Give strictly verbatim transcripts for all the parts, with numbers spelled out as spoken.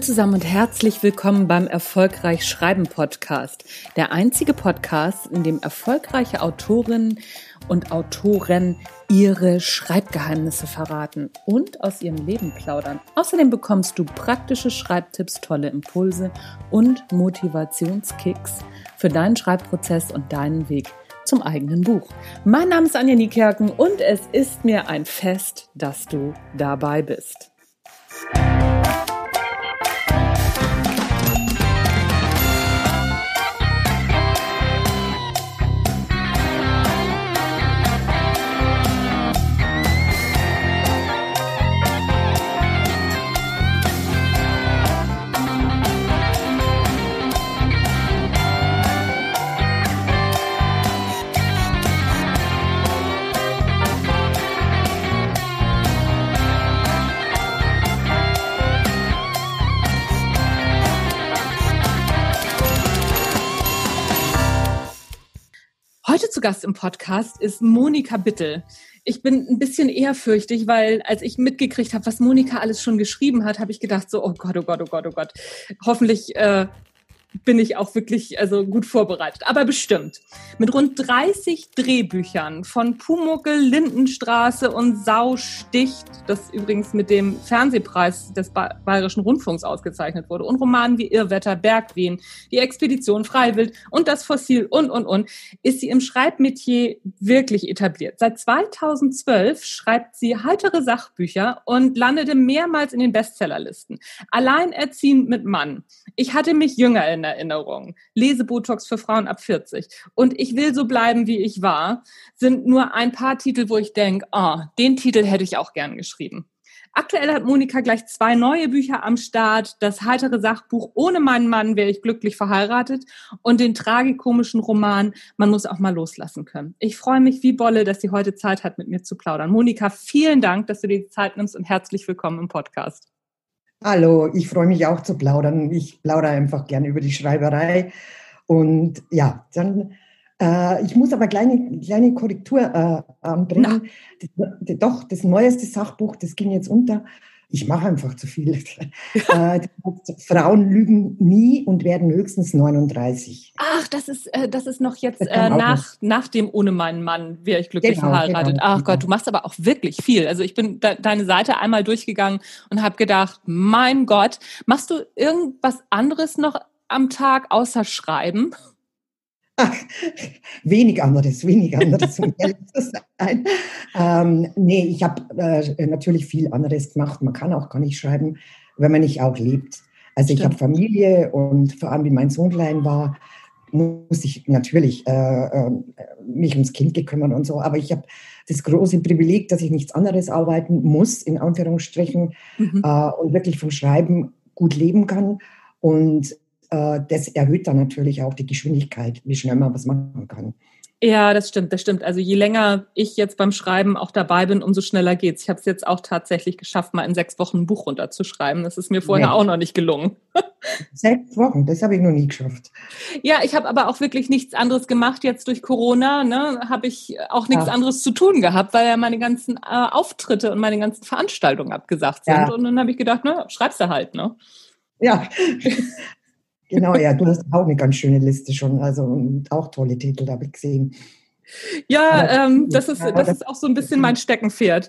zusammen und herzlich willkommen beim Erfolgreich Schreiben Podcast. Der einzige Podcast, in dem erfolgreiche Autorinnen und Autoren ihre Schreibgeheimnisse verraten und aus ihrem Leben plaudern. Außerdem bekommst du praktische Schreibtipps, tolle Impulse und Motivationskicks für deinen Schreibprozess und deinen Weg zum eigenen Buch. Mein Name ist Anja Niekerken und es ist mir ein Fest, dass du dabei bist. Heute zu Gast im Podcast ist Monika Bittel. Ich bin ein bisschen ehrfürchtig, weil als ich mitgekriegt habe, was Monika alles schon geschrieben hat, habe ich gedacht so, oh Gott, oh Gott, oh Gott, oh Gott. Hoffentlich äh, bin ich auch wirklich also gut vorbereitet. Aber bestimmt. Mit rund dreißig Drehbüchern von Pumuckl, Lindenstraße und Sau sticht, das übrigens mit dem Fernsehpreis des ba- Bayerischen Rundfunks ausgezeichnet wurde, und Romanen wie Irrwetter, Bergwehen, Die Expedition Freiwild und Das Fossil und, und, und, ist sie im Schreibmetier wirklich etabliert. Seit zweitausendzwölf schreibt sie heitere Sachbücher und landete mehrmals in den Bestsellerlisten. Alleinerziehend mit Mann. Ich hatte mich jünger in Erinnerung. Lesebotox für Frauen ab vierzig. Und Ich will so bleiben, wie ich war, sind nur ein paar Titel, wo ich denke, oh, den Titel hätte ich auch gern geschrieben. Aktuell hat Monika gleich zwei neue Bücher am Start. Das heitere Sachbuch Ohne meinen Mann wäre ich glücklich verheiratet und den tragikomischen Roman Man muss auch mal loslassen können. Ich freue mich wie Bolle, dass sie heute Zeit hat, mit mir zu plaudern. Monika, vielen Dank, dass du dir die Zeit nimmst und herzlich willkommen im Podcast. Hallo, ich freue mich auch zu plaudern. Ich plaudere einfach gerne über die Schreiberei. Und ja, dann, äh, ich muss aber eine kleine, kleine Korrektur äh, anbringen. Das, doch, das neueste Sachbuch, das ging jetzt unter. Ich mache einfach zu viel. äh, Frauen lügen nie und werden höchstens neununddreißig. Ach, das ist, äh, das ist noch jetzt äh, nach, nach dem Ohne meinen Mann wäre ich glücklich genau, verheiratet. Genau, Ach genau. Gott, du machst aber auch wirklich viel. Also ich bin de- deine Seite einmal durchgegangen und habe gedacht, mein Gott, machst du irgendwas anderes noch am Tag außer Schreiben? Ach, wenig anderes, wenig anderes, um ehrlich zu sein. Ähm, nee, ich habe äh, natürlich viel anderes gemacht. Man kann auch gar nicht schreiben, wenn man nicht auch lebt. Also ich habe Familie und vor allem, wie mein Sohn klein war, muss ich natürlich äh, äh, mich ums Kind gekümmert und so. Aber ich habe das große Privileg, dass ich nichts anderes arbeiten muss, in Anführungsstrichen, mhm. äh, und wirklich vom Schreiben gut leben kann. Und das erhöht dann natürlich auch die Geschwindigkeit, wie schnell man was machen kann. Ja, das stimmt, das stimmt. Also je länger ich jetzt beim Schreiben auch dabei bin, umso schneller geht's. Ich habe es jetzt auch tatsächlich geschafft, mal in sechs Wochen ein Buch runterzuschreiben. Das ist mir vorher nee. auch noch nicht gelungen. Sechs Wochen, das habe ich noch nie geschafft. Ja, ich habe aber auch wirklich nichts anderes gemacht. Jetzt durch Corona, ne, habe ich auch nichts ja. anderes zu tun gehabt, weil ja meine ganzen äh, Auftritte und meine ganzen Veranstaltungen abgesagt sind. Ja. Und dann habe ich gedacht, ne, schreibst du halt, ne? Ja. Genau, ja, du hast auch eine ganz schöne Liste schon, also und auch tolle Titel, habe ich gesehen. Ja, Aber, ähm, das ist das ist auch so ein bisschen mein Steckenpferd.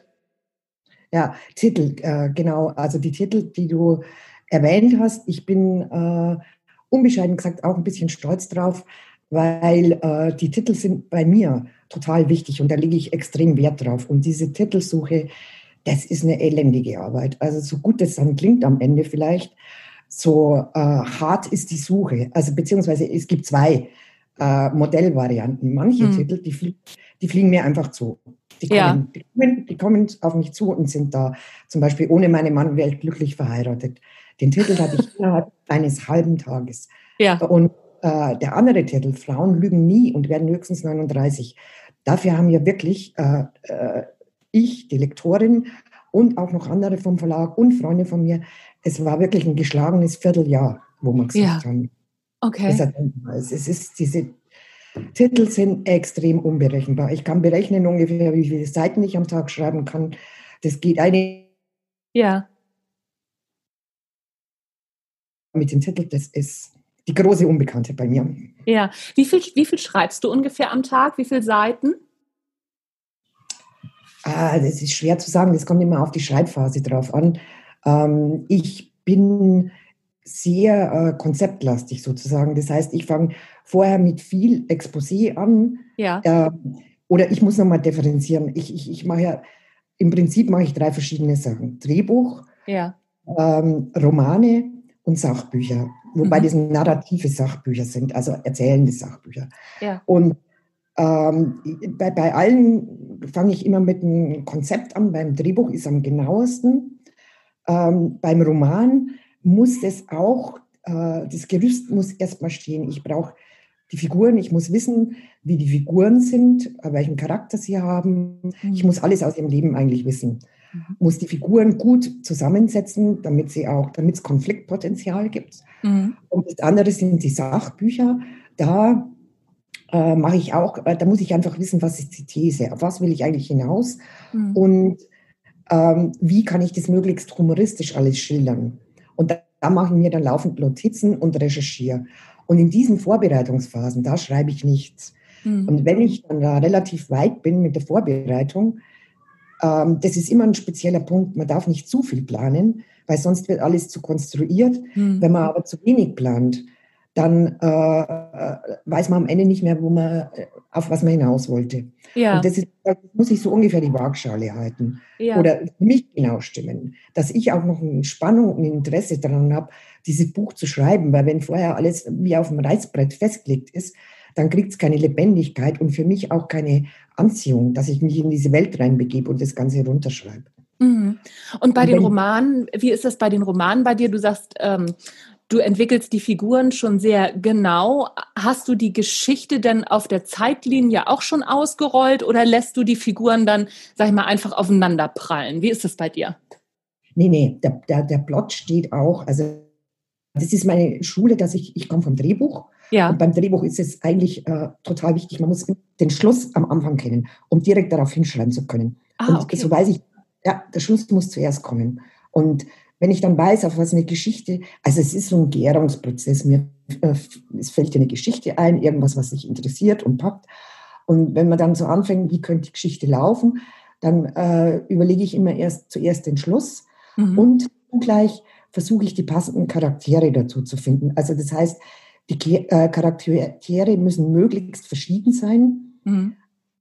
Ja, Titel, äh, genau, also die Titel, die du erwähnt hast, ich bin äh, unbescheiden gesagt auch ein bisschen stolz drauf, weil äh, die Titel sind bei mir total wichtig und da lege ich extrem Wert drauf. Und diese Titelsuche, das ist eine elendige Arbeit. Also so gut das dann klingt am Ende vielleicht, so äh, hart ist die Suche. Also beziehungsweise es gibt zwei äh, Modellvarianten. Manche hm. Titel, die, flie- die fliegen mir einfach zu. Die kommen, ja. die, kommen, die kommen auf mich zu und sind da. Zum Beispiel Ohne meinen Mann wäre ich glücklich verheiratet. Den Titel hatte ich innerhalb eines halben Tages. Ja. Und äh, der andere Titel, Frauen lügen nie und werden höchstens neununddreißig. Dafür haben ja wirklich äh, äh, ich, die Lektorin und auch noch andere vom Verlag und Freunde von mir, es war wirklich ein geschlagenes Vierteljahr, wo wir gesucht ja. haben. Okay. Es ist, diese Titel sind extrem unberechenbar. Ich kann berechnen ungefähr, wie viele Seiten ich am Tag schreiben kann. Das geht eine. Ja. mit dem Titel, das ist die große Unbekannte bei mir. Ja, wie viel, wie viel schreibst du ungefähr am Tag? Wie viele Seiten? Ah, das ist schwer zu sagen, das kommt immer auf die Schreibphase drauf an. Ähm, ich bin sehr äh, konzeptlastig sozusagen. Das heißt, ich fange vorher mit viel Exposé an. Ja. Äh, oder ich muss nochmal differenzieren. Ich, ich, ich mache ja, im Prinzip mache ich drei verschiedene Sachen. Drehbuch, Ja. ähm, Romane und Sachbücher. Wobei Mhm. das narrative Sachbücher sind, also erzählende Sachbücher. Ja. Und ähm, bei, bei allen fange ich immer mit einem Konzept an. Beim Drehbuch ist am genauesten. Ähm, beim Roman muss es auch, äh, das Gerüst muss erstmal stehen. Ich brauche die Figuren, ich muss wissen, wie die Figuren sind, welchen Charakter sie haben. Mhm. Ich muss alles aus ihrem Leben eigentlich wissen. Mhm. Muss die Figuren gut zusammensetzen, damit sie auch, damit es Konfliktpotenzial gibt. Mhm. Und das andere sind die Sachbücher. Da äh, mache ich auch, äh, da muss ich einfach wissen, was ist die These, auf was will ich eigentlich hinaus Mhm. und ähm, wie kann ich das möglichst humoristisch alles schildern. Und da, da mache ich mir dann laufend Notizen und recherchiere. Und in diesen Vorbereitungsphasen, da schreibe ich nichts. Mhm. Und wenn ich dann da relativ weit bin mit der Vorbereitung, ähm, das ist immer ein spezieller Punkt, man darf nicht zu viel planen, weil sonst wird alles zu konstruiert. Mhm. Wenn man aber zu wenig plant, dann äh, weiß man am Ende nicht mehr, wo man, auf was man hinaus wollte. Ja. Und das, ist, das muss ich so ungefähr die Waagschale halten. Ja. Oder für mich genau stimmen. Dass ich auch noch eine Spannung und ein Interesse daran habe, dieses Buch zu schreiben. Weil wenn vorher alles wie auf dem Reißbrett festgelegt ist, dann kriegt es keine Lebendigkeit und für mich auch keine Anziehung, dass ich mich in diese Welt reinbegebe und das Ganze runterschreibe. Mhm. Und bei Und den wenn, Romanen, wie ist das bei den Romanen bei dir? Du sagst, ähm, du entwickelst die Figuren schon sehr genau. Hast du die Geschichte denn auf der Zeitlinie auch schon ausgerollt oder lässt du die Figuren dann, sag ich mal, einfach aufeinander prallen? Wie ist das bei dir? nee, nee, der, der, der Plot steht auch, also das ist meine Schule, dass ich, ich komme vom Drehbuch. Ja. Und beim Drehbuch ist es eigentlich äh, total wichtig, man muss den Schluss am Anfang kennen, um direkt darauf hinschreiben zu können. Ah, Und okay. so weiß ich, ja, der Schluss muss zuerst kommen. Und wenn ich dann weiß, auf was eine Geschichte, also es ist so ein Gärungsprozess, mir, äh, es fällt dir eine Geschichte ein, irgendwas, was dich interessiert und packt. Und wenn man dann so anfängt, wie könnte die Geschichte laufen, dann äh, überlege ich immer erst zuerst den Schluss Mhm. und gleich versuche ich die passenden Charaktere dazu zu finden. Also das heißt, die Ke- äh, Charaktere müssen möglichst verschieden sein, Mhm.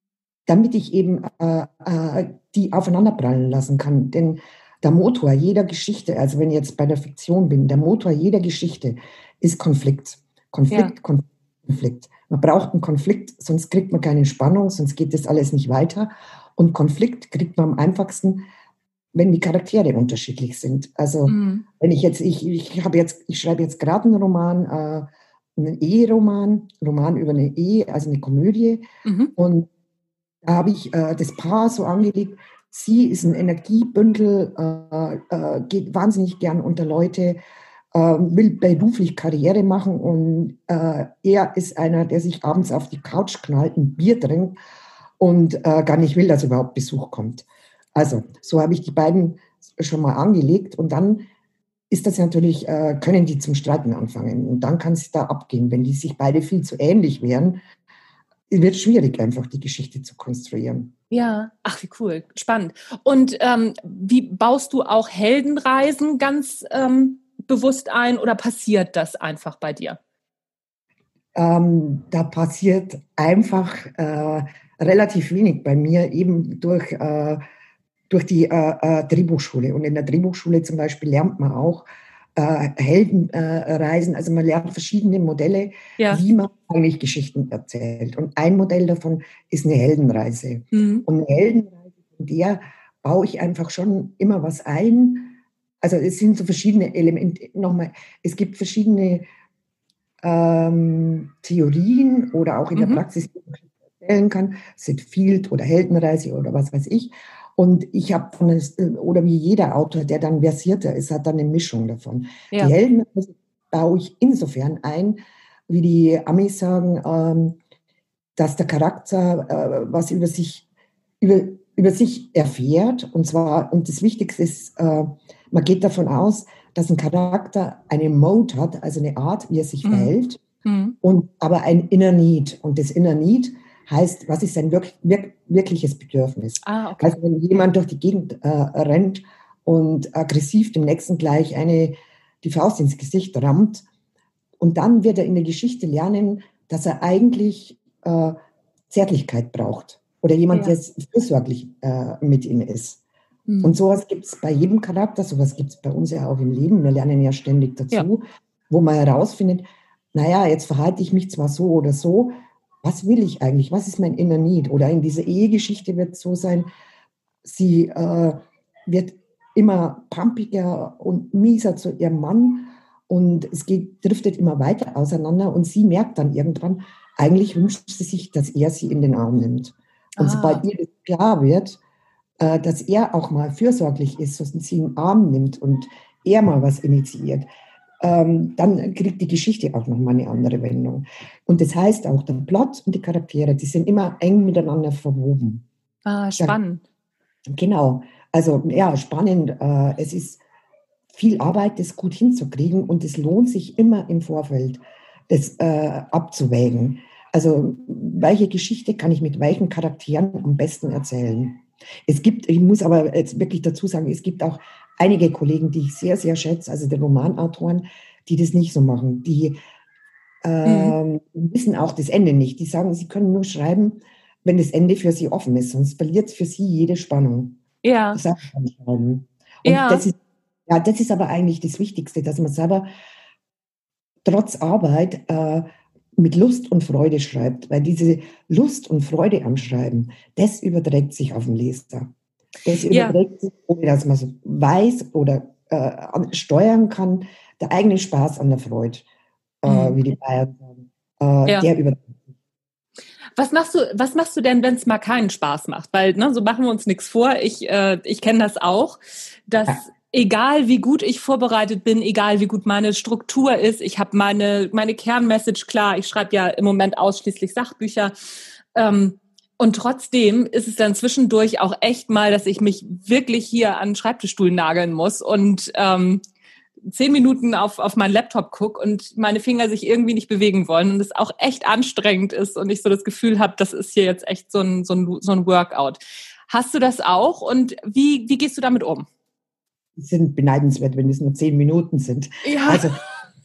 damit ich eben äh, äh, die aufeinanderprallen lassen kann. Denn der Motor jeder Geschichte, also wenn ich jetzt bei der Fiktion bin, der Motor jeder Geschichte ist Konflikt. Konflikt, Ja. Konflikt, Konflikt. Man braucht einen Konflikt, sonst kriegt man keine Spannung, sonst geht das alles nicht weiter. Und Konflikt kriegt man am einfachsten, wenn die Charaktere unterschiedlich sind. Also Mhm. wenn ich jetzt, ich, ich habe jetzt, ich schreibe jetzt gerade einen Roman, äh, einen Eheroman, Roman über eine Ehe, also eine Komödie. Mhm. Und da habe ich äh, das Paar so angelegt, sie ist ein Energiebündel, äh, äh, geht wahnsinnig gern unter Leute, äh, will beruflich Karriere machen und äh, er ist einer, der sich abends auf die Couch knallt, ein Bier trinkt und äh, gar nicht will, dass überhaupt Besuch kommt. Also so habe ich die beiden schon mal angelegt und dann ist das natürlich, äh, können die zum Streiten anfangen und dann kann es da abgehen. Wenn die sich beide viel zu ähnlich wären, wird es schwierig, einfach die Geschichte zu konstruieren. Ja, ach wie cool, spannend. Und ähm, wie baust du auch Heldenreisen ganz ähm, bewusst ein oder passiert das einfach bei dir? Ähm, da passiert einfach äh, relativ wenig bei mir, eben durch, äh, durch die äh, äh, Drehbuchschule. Und in der Drehbuchschule zum Beispiel lernt man auch äh, Heldenreisen, äh, also man lernt verschiedene Modelle, Ja. wie man eigentlich Geschichten erzählt. Und ein Modell davon ist eine Heldenreise. Mhm. Und eine Heldenreise, in der baue ich einfach schon immer was ein. Also es sind so verschiedene Elemente. Nochmal, es gibt verschiedene ähm, Theorien oder auch in der Mhm. Praxis erzählen kann, Sid Field oder Heldenreise oder was weiß ich. Und ich habe dann, das, oder wie jeder Autor, der dann versierter ist, hat dann eine Mischung davon. Die Ja. Heldenreise baue ich insofern ein, wie die Amis sagen, ähm, dass der Charakter äh, was über sich, über, über sich erfährt. Und zwar, und das Wichtigste ist, äh, man geht davon aus, dass ein Charakter eine Mode hat, also eine Art, wie er sich Mhm. verhält, Mhm. und aber ein Inner Need. Und das Inner Need heißt, was ist sein wirk wirk wirkliches Bedürfnis? Ah, okay. Also wenn jemand durch die Gegend äh, rennt und aggressiv dem Nächsten gleich eine, die Faust ins Gesicht rammt, und dann wird er in der Geschichte lernen, dass er eigentlich äh, Zärtlichkeit braucht oder jemand, Ja. der fürsorglich äh, mit ihm ist. Mhm. Und sowas gibt es bei jedem Charakter, sowas gibt es bei uns ja auch im Leben. Wir lernen ja ständig dazu, Ja. wo man herausfindet, naja, jetzt verhalte ich mich zwar so oder so, was will ich eigentlich? Was ist mein Inner Need? Oder in dieser Ehegeschichte wird es so sein, sie äh, wird immer pumpiger und mieser zu ihrem Mann und es geht, driftet immer weiter auseinander und sie merkt dann irgendwann, eigentlich wünscht sie sich, dass er sie in den Arm nimmt. Und Ah. sobald ihr das klar wird, äh, dass er auch mal fürsorglich ist und sie in den Arm nimmt und er mal was initiiert, ähm, dann kriegt die Geschichte auch nochmal eine andere Wendung. Und das heißt auch, der Plot und die Charaktere, die sind immer eng miteinander verwoben. Ah, Da, spannend. genau, also ja, spannend. Äh, es ist viel Arbeit, das gut hinzukriegen und es lohnt sich immer im Vorfeld, das äh, abzuwägen. Also welche Geschichte kann ich mit welchen Charakteren am besten erzählen? Es gibt, ich muss aber jetzt wirklich dazu sagen, es gibt auch einige Kollegen, die ich sehr, sehr schätze, also die Romanautoren, die das nicht so machen. Die Mhm. ähm, wissen auch das Ende nicht. Die sagen, sie können nur schreiben, wenn das Ende für sie offen ist, sonst verliert für sie jede Spannung. Ja. Das heißt, schreiben. Und Ja. das ist, ja, das ist aber eigentlich das Wichtigste, dass man selber trotz Arbeit äh, mit Lust und Freude schreibt, weil diese Lust und Freude am Schreiben, das überträgt sich auf den Leser. Das Ja. überträgt sich, ohne dass man so weiß oder äh, steuern kann, der eigene Spaß an der Freude, äh, Mhm. wie die Bayern sagen, äh, Ja. der überträgt sich. Was machst du, was machst du denn, wenn es mal keinen Spaß macht? Weil, ne, so machen wir uns nichts vor. Ich, äh, ich kenne das auch, dass Ja. egal wie gut ich vorbereitet bin, egal wie gut meine Struktur ist, ich habe meine, meine Kernmessage klar, ich schreibe ja im Moment ausschließlich Sachbücher. Ähm, und trotzdem ist es dann zwischendurch auch echt mal, dass ich mich wirklich hier an den Schreibtischstuhl nageln muss und ähm, zehn Minuten auf, auf meinen Laptop gucke und meine Finger sich irgendwie nicht bewegen wollen und es auch echt anstrengend ist und ich so das Gefühl habe, das ist hier jetzt echt so ein, so ein, so ein Workout. Hast du das auch und wie, wie gehst du damit um? Die sind beneidenswert, wenn es nur zehn Minuten sind. Ja. Also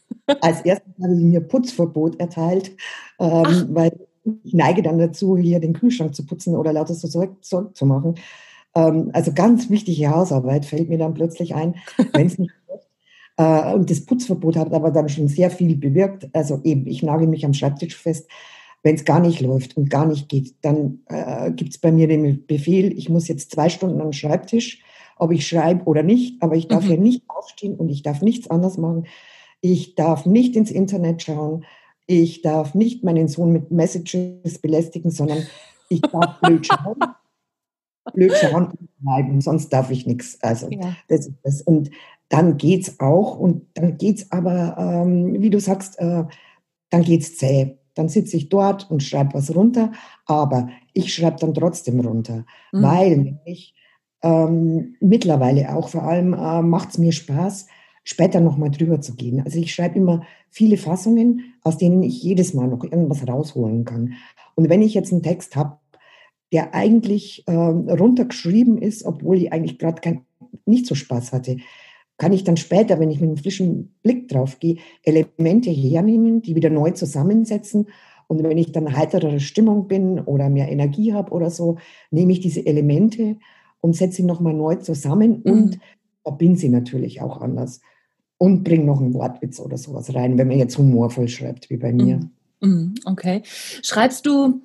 als erstes habe ich mir Putzverbot erteilt, Ach. ähm, weil ich neige dann dazu, hier den Kühlschrank zu putzen oder lauter so Zeug, Zeug zu machen. Ähm, also ganz wichtige Hausarbeit fällt mir dann plötzlich ein, wenn es nicht läuft. Äh, und das Putzverbot hat aber dann schon sehr viel bewirkt. Also eben, ich nagel mich am Schreibtisch fest. Wenn es gar nicht läuft und gar nicht geht, dann äh, gibt es bei mir den Befehl, ich muss jetzt zwei Stunden am Schreibtisch, ob ich schreibe oder nicht, aber ich darf Mhm. hier nicht aufstehen und ich darf nichts anderes machen. Ich darf nicht ins Internet schauen. Ich darf nicht meinen Sohn mit Messages belästigen, sondern ich darf blöd schauen, blöd schauen und schreiben, sonst darf ich nichts. Also Ja. das ist das. Und dann geht's auch und dann geht's aber, ähm, wie du sagst, äh, dann geht's zäh. Dann sitze ich dort und schreibe was runter, aber ich schreibe dann trotzdem runter, Mhm. weil ich ähm, mittlerweile auch vor allem äh, macht es mir Spaß, später nochmal drüber zu gehen. Also ich schreibe immer viele Fassungen, aus denen ich jedes Mal noch irgendwas rausholen kann. Und wenn ich jetzt einen Text habe, der eigentlich ähm, runtergeschrieben ist, obwohl ich eigentlich gerade kein, nicht so Spaß hatte, kann ich dann später, wenn ich mit einem frischen Blick drauf gehe, Elemente hernehmen, die wieder neu zusammensetzen. Und wenn ich dann heiterere Stimmung bin oder mehr Energie habe oder so, nehme ich diese Elemente und setze sie nochmal neu zusammen und Mhm. verbinde sie natürlich auch anders. Und bringe noch einen Wortwitz oder sowas rein, wenn man jetzt humorvoll schreibt, wie bei mir. Mhm. Mhm. Okay. Schreibst du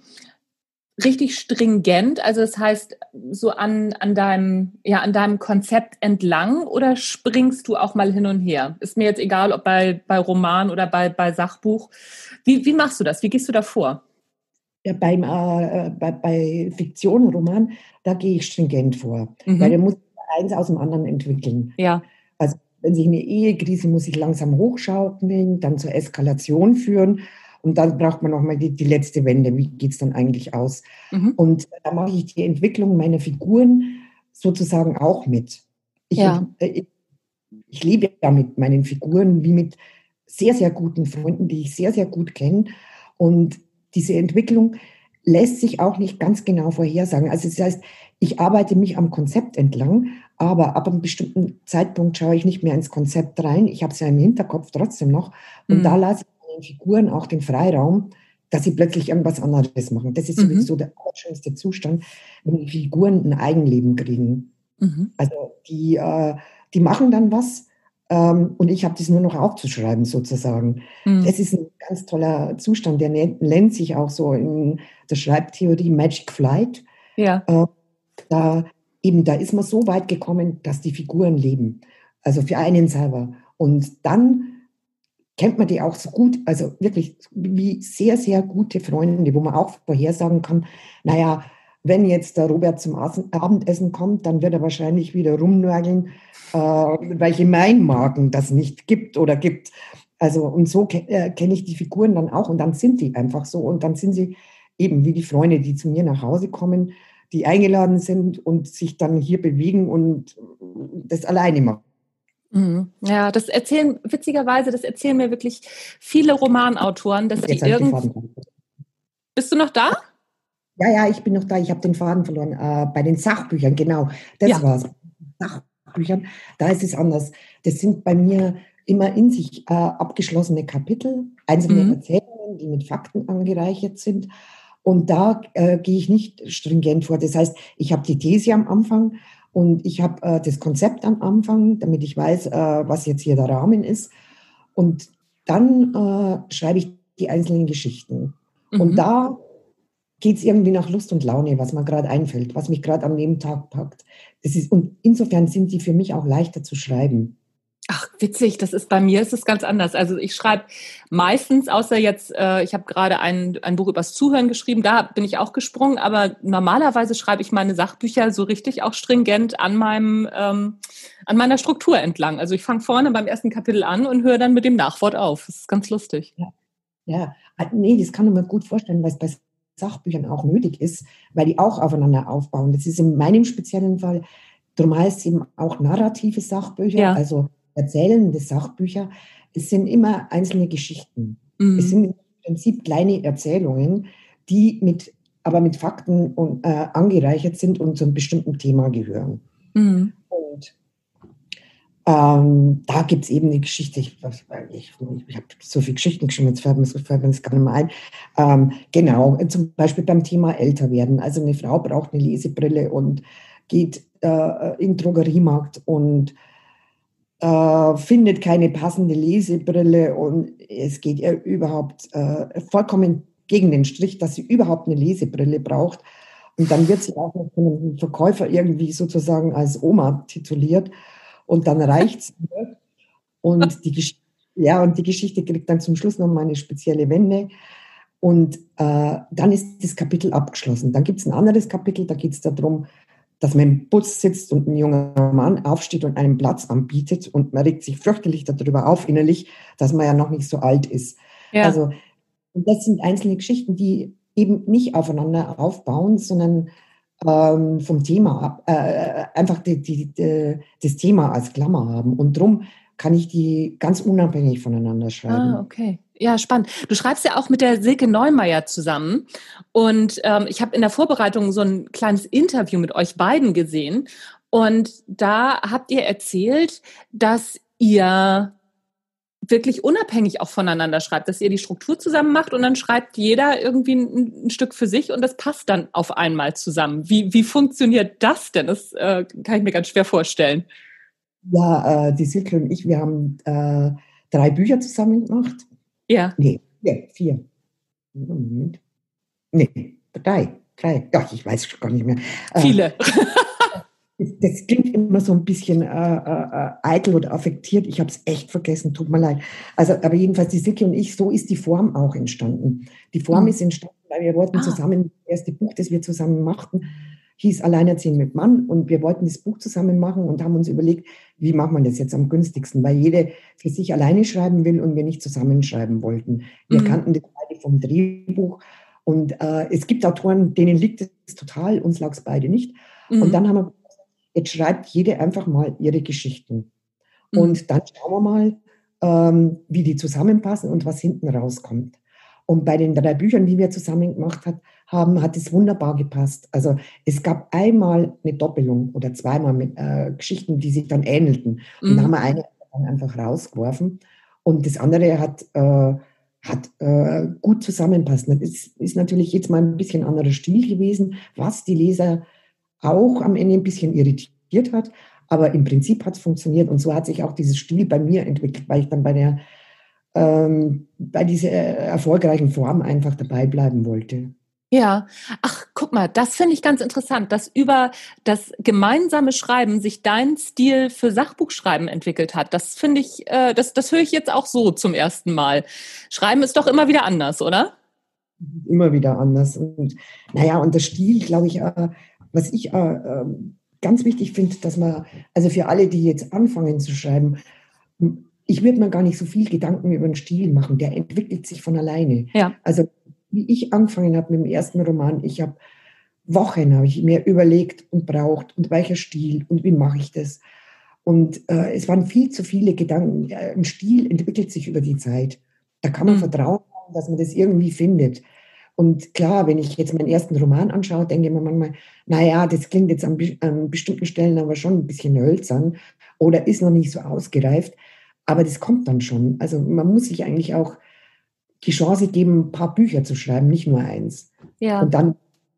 richtig stringent, also das heißt so an, an deinem, ja, an deinem Konzept entlang oder springst du auch mal hin und her? Ist mir jetzt egal, ob bei, bei Roman oder bei, bei Sachbuch. Wie, wie machst du das? Wie gehst du da vor? Ja, beim, äh, bei, bei Fiktion, Roman, da gehe ich stringent vor, weil da Mhm. muss ich eins aus dem anderen entwickeln. Ja. Also wenn sich eine Ehekrise muss ich langsam hochschaukeln, dann zur Eskalation führen und dann braucht man nochmal die, die letzte Wende. Wie geht es dann eigentlich aus? Mhm. Und da mache ich die Entwicklung meiner Figuren sozusagen auch mit. Ich, Ja. ich, ich lebe ja mit meinen Figuren wie mit sehr, sehr guten Freunden, die ich sehr, sehr gut kenne. Und diese Entwicklung lässt sich auch nicht ganz genau vorhersagen. Also das heißt, ich arbeite mich am Konzept entlang, aber ab einem bestimmten Zeitpunkt schaue ich nicht mehr ins Konzept rein. Ich habe es ja im Hinterkopf trotzdem noch. Und Mhm. da lasse ich meinen Figuren auch den Freiraum, dass sie plötzlich irgendwas anderes machen. Das ist Mhm. sowieso der allerschönste Zustand, wenn die Figuren ein Eigenleben kriegen. Mhm. Also die, äh, die machen dann was ähm, und ich habe das nur noch aufzuschreiben sozusagen. Mhm. Das ist ein ganz toller Zustand, der nennt, nennt sich auch so in der Schreibtheorie Magic Flight. Ja. Äh, da, eben, da ist man so weit gekommen, dass die Figuren leben, also für einen selber. Und dann kennt man die auch so gut, also wirklich wie sehr, sehr gute Freunde, wo man auch vorhersagen kann, naja, wenn jetzt der Robert zum Abendessen kommt, dann wird er wahrscheinlich wieder rumnörgeln, äh, welche mein Magen das nicht gibt oder gibt. Also und so ke äh, kenne ich die Figuren dann auch und dann sind die einfach so und dann sind sie eben wie die Freunde, die zu mir nach Hause kommen, die eingeladen sind und sich dann hier bewegen und das alleine machen. Mhm. Ja, das erzählen, witzigerweise, das erzählen mir wirklich viele Romanautoren, dass die Jetzt habe ich den irgend... Faden verloren. Bist du noch da? Ja, ja, ich bin noch da. Ich habe den Faden verloren. Äh, bei den Sachbüchern, genau. Das Ja. war's. Sachbüchern, da ist es anders. Das sind bei mir immer in sich äh, abgeschlossene Kapitel, einzelne Mhm. Erzählungen, die mit Fakten angereichert sind. Und da äh, gehe ich nicht stringent vor. Das heißt, ich habe die These am Anfang und ich habe äh, das Konzept am Anfang, damit ich weiß, äh, was jetzt hier der Rahmen ist. Und dann äh, schreibe ich die einzelnen Geschichten. Und Mhm. da geht es irgendwie nach Lust und Laune, was mir gerade einfällt, was mich gerade am Nebentag packt. Das ist, und insofern sind die für mich auch leichter zu schreiben. Ach, witzig, das ist bei mir ist es ganz anders. Also ich schreibe meistens, außer jetzt, äh, ich habe gerade ein, ein Buch übers Zuhören geschrieben, da bin ich auch gesprungen, aber normalerweise schreibe ich meine Sachbücher so richtig auch stringent an meinem ähm, an meiner Struktur entlang. Also ich fange vorne beim ersten Kapitel an und höre dann mit dem Nachwort auf. Das ist ganz lustig. Ja, ja. Ah, nee, das kann ich mir gut vorstellen, weil es bei Sachbüchern auch nötig ist, weil die auch aufeinander aufbauen. Das ist in meinem speziellen Fall, darum heißt es eben auch narrative Sachbücher, Ja. also erzählende Sachbücher. Es sind immer einzelne Geschichten. Es Mhm. sind im Prinzip kleine Erzählungen, die mit, aber mit Fakten und, äh, angereichert sind und zu einem bestimmten Thema gehören. Mhm. Und ähm, da gibt es eben eine Geschichte, ich, ich, ich habe so viele Geschichten geschrieben, jetzt fällt mir, fällt mir das gar nicht mehr ein. Ähm, genau, zum Beispiel beim Thema älter werden. Also eine Frau braucht eine Lesebrille und geht äh, in den Drogeriemarkt und äh, findet keine passende Lesebrille und es geht ihr überhaupt äh, vollkommen gegen den Strich, dass sie überhaupt eine Lesebrille braucht. Und dann wird sie auch noch von einem Verkäufer irgendwie sozusagen als Oma tituliert. Und dann reicht es mir. Und die, Gesch ja, und die Geschichte kriegt dann zum Schluss nochmal eine spezielle Wende. Und äh, dann ist das Kapitel abgeschlossen. Dann gibt es ein anderes Kapitel, da geht es darum, dass man im Bus sitzt und ein junger Mann aufsteht und einen Platz anbietet. Und man regt sich fürchterlich darüber auf innerlich, dass man ja noch nicht so alt ist. Ja. Also und das sind einzelne Geschichten, die eben nicht aufeinander aufbauen, sondern ähm, vom Thema ab, äh, einfach die, die, die, das Thema als Klammer haben. Und darum kann ich die ganz unabhängig voneinander Ah, schreiben. okay. Ja, spannend. Du schreibst ja auch mit der Silke Neumeier zusammen. Und ähm, ich habe in der Vorbereitung so ein kleines Interview mit euch beiden gesehen. Und da habt ihr erzählt, dass ihr wirklich unabhängig auch voneinander schreibt, dass ihr die Struktur zusammen macht und dann schreibt jeder irgendwie ein, ein Stück für sich und das passt dann auf einmal zusammen. Wie, wie funktioniert das denn? Das äh, kann ich mir ganz schwer vorstellen. Ja, äh, die Silke und ich, wir haben äh, drei Bücher zusammen gemacht. Ja. Nee, vier. vier. Moment. Nee, drei. Drei. Doch, ich weiß schon gar nicht mehr. Äh, Viele. Das klingt immer so ein bisschen äh, äh, eitel oder affektiert. Ich habe es echt vergessen, tut mir leid. Also, aber jedenfalls die Silke und ich, so ist die Form auch entstanden. Die Form Mhm. ist entstanden, weil wir wollten Ah. zusammen, das erste Buch, das wir zusammen machten, hieß Alleinerziehend mit Mann und wir wollten das Buch zusammen machen und haben uns überlegt, wie machen wir das jetzt am günstigsten, weil jede für sich alleine schreiben will und wir nicht zusammenschreiben wollten. Wir Mhm. kannten das beide vom Drehbuch und äh, es gibt Autoren, denen liegt es total, uns lag es beide nicht. Und Mhm. dann haben wir Jetzt schreibt jede einfach mal ihre Geschichten. Mhm. Und dann schauen wir mal, ähm, wie die zusammenpassen und was hinten rauskommt. Und bei den drei Büchern, die wir zusammen gemacht hat, haben, hat es wunderbar gepasst. Also es gab einmal eine Doppelung oder zweimal mit äh, Geschichten, die sich dann ähnelten. Und Mhm. da haben wir eine dann einfach rausgeworfen. Und das andere hat, äh, hat äh, gut zusammenpasst. Das ist, ist natürlich jetzt mal ein bisschen anderer Stil gewesen, was die Leser auch am Ende ein bisschen irritiert hat. Aber im Prinzip hat es funktioniert. Und so hat sich auch dieses Stil bei mir entwickelt, weil ich dann bei der ähm, bei dieser erfolgreichen Form einfach dabei bleiben wollte. Ja, ach, guck mal, das finde ich ganz interessant, dass über das gemeinsame Schreiben sich dein Stil für Sachbuchschreiben entwickelt hat. Das finde ich, äh, das, das höre ich jetzt auch so zum ersten Mal. Schreiben ist doch immer wieder anders, oder? Immer wieder anders. Und naja, und der Stil, glaube ich, äh, was ich äh, äh, ganz wichtig finde, dass man, also für alle, die jetzt anfangen zu schreiben, ich würde mir gar nicht so viel Gedanken über den Stil machen, der entwickelt sich von alleine. Ja. Also wie ich angefangen habe mit dem ersten Roman, ich habe Wochen habe ich mir überlegt und braucht und welcher Stil und wie mache ich das. Und äh, es waren viel zu viele Gedanken. Ein Stil entwickelt sich über die Zeit. Da kann man mhm. vertrauen, dass man das irgendwie findet. Und klar, wenn ich jetzt meinen ersten Roman anschaue, denke ich mir manchmal, naja, das klingt jetzt an, an bestimmten Stellen aber schon ein bisschen hölzern oder ist noch nicht so ausgereift. Aber das kommt dann schon. Also man muss sich eigentlich auch die Chance geben, ein paar Bücher zu schreiben, nicht nur eins. Ja. Und dann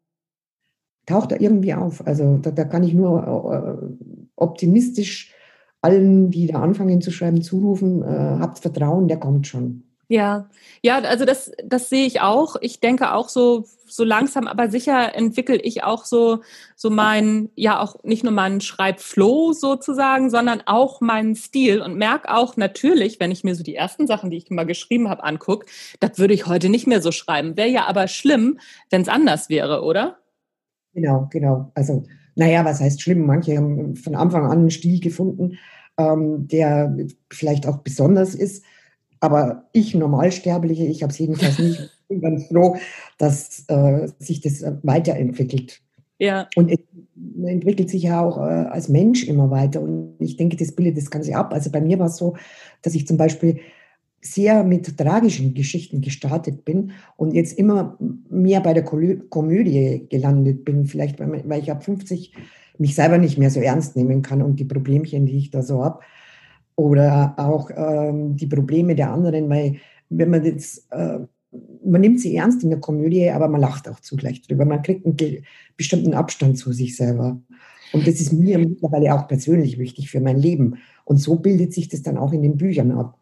taucht er irgendwie auf. Also da, da kann ich nur äh, optimistisch allen, die da anfangen zu schreiben, zurufen, äh, habt Vertrauen, der kommt schon. Ja, ja, also das, das sehe ich auch. Ich denke auch so, so langsam, aber sicher entwickle ich auch so, so meinen, ja auch nicht nur meinen Schreibflow sozusagen, sondern auch meinen Stil und merke auch natürlich, wenn ich mir so die ersten Sachen, die ich mal geschrieben habe, angucke, das würde ich heute nicht mehr so schreiben. Wäre ja aber schlimm, wenn es anders wäre, oder? Genau, genau. Also, naja, was heißt schlimm? Manche haben von Anfang an einen Stil gefunden, ähm, der vielleicht auch besonders ist. Aber ich, Normalsterbliche, ich habe es jedenfalls nicht. Ich bin ganz froh, dass äh, sich das weiterentwickelt. Ja. Und es entwickelt sich ja auch äh, als Mensch immer weiter. Und ich denke, das bildet das Ganze ab. Also bei mir war es so, dass ich zum Beispiel sehr mit tragischen Geschichten gestartet bin und jetzt immer mehr bei der Komödie gelandet bin. Vielleicht, weil ich ab fünfzig mich selber nicht mehr so ernst nehmen kann und die Problemchen, die ich da so habe. Oder auch ähm, die Probleme der anderen, weil wenn man jetzt, äh, man nimmt sie ernst in der Komödie, aber man lacht auch zugleich drüber. Man kriegt einen bestimmten Abstand zu sich selber. Und das ist mir mittlerweile auch persönlich wichtig für mein Leben. Und so bildet sich das dann auch in den Büchern ab.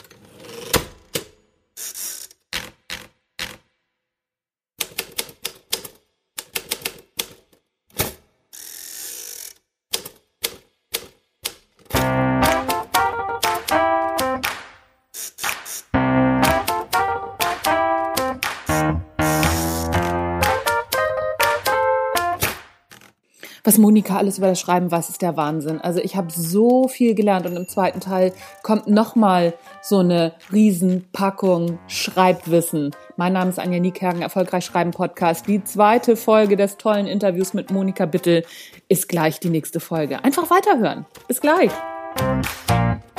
Was Monika alles über das Schreiben weiß, ist der Wahnsinn. Also ich habe so viel gelernt und im zweiten Teil kommt nochmal so eine Riesenpackung Schreibwissen. Mein Name ist Anja Niekerken, Erfolgreich Schreiben Podcast. Die zweite Folge des tollen Interviews mit Monika Bittel ist gleich die nächste Folge. Einfach weiterhören. Bis gleich.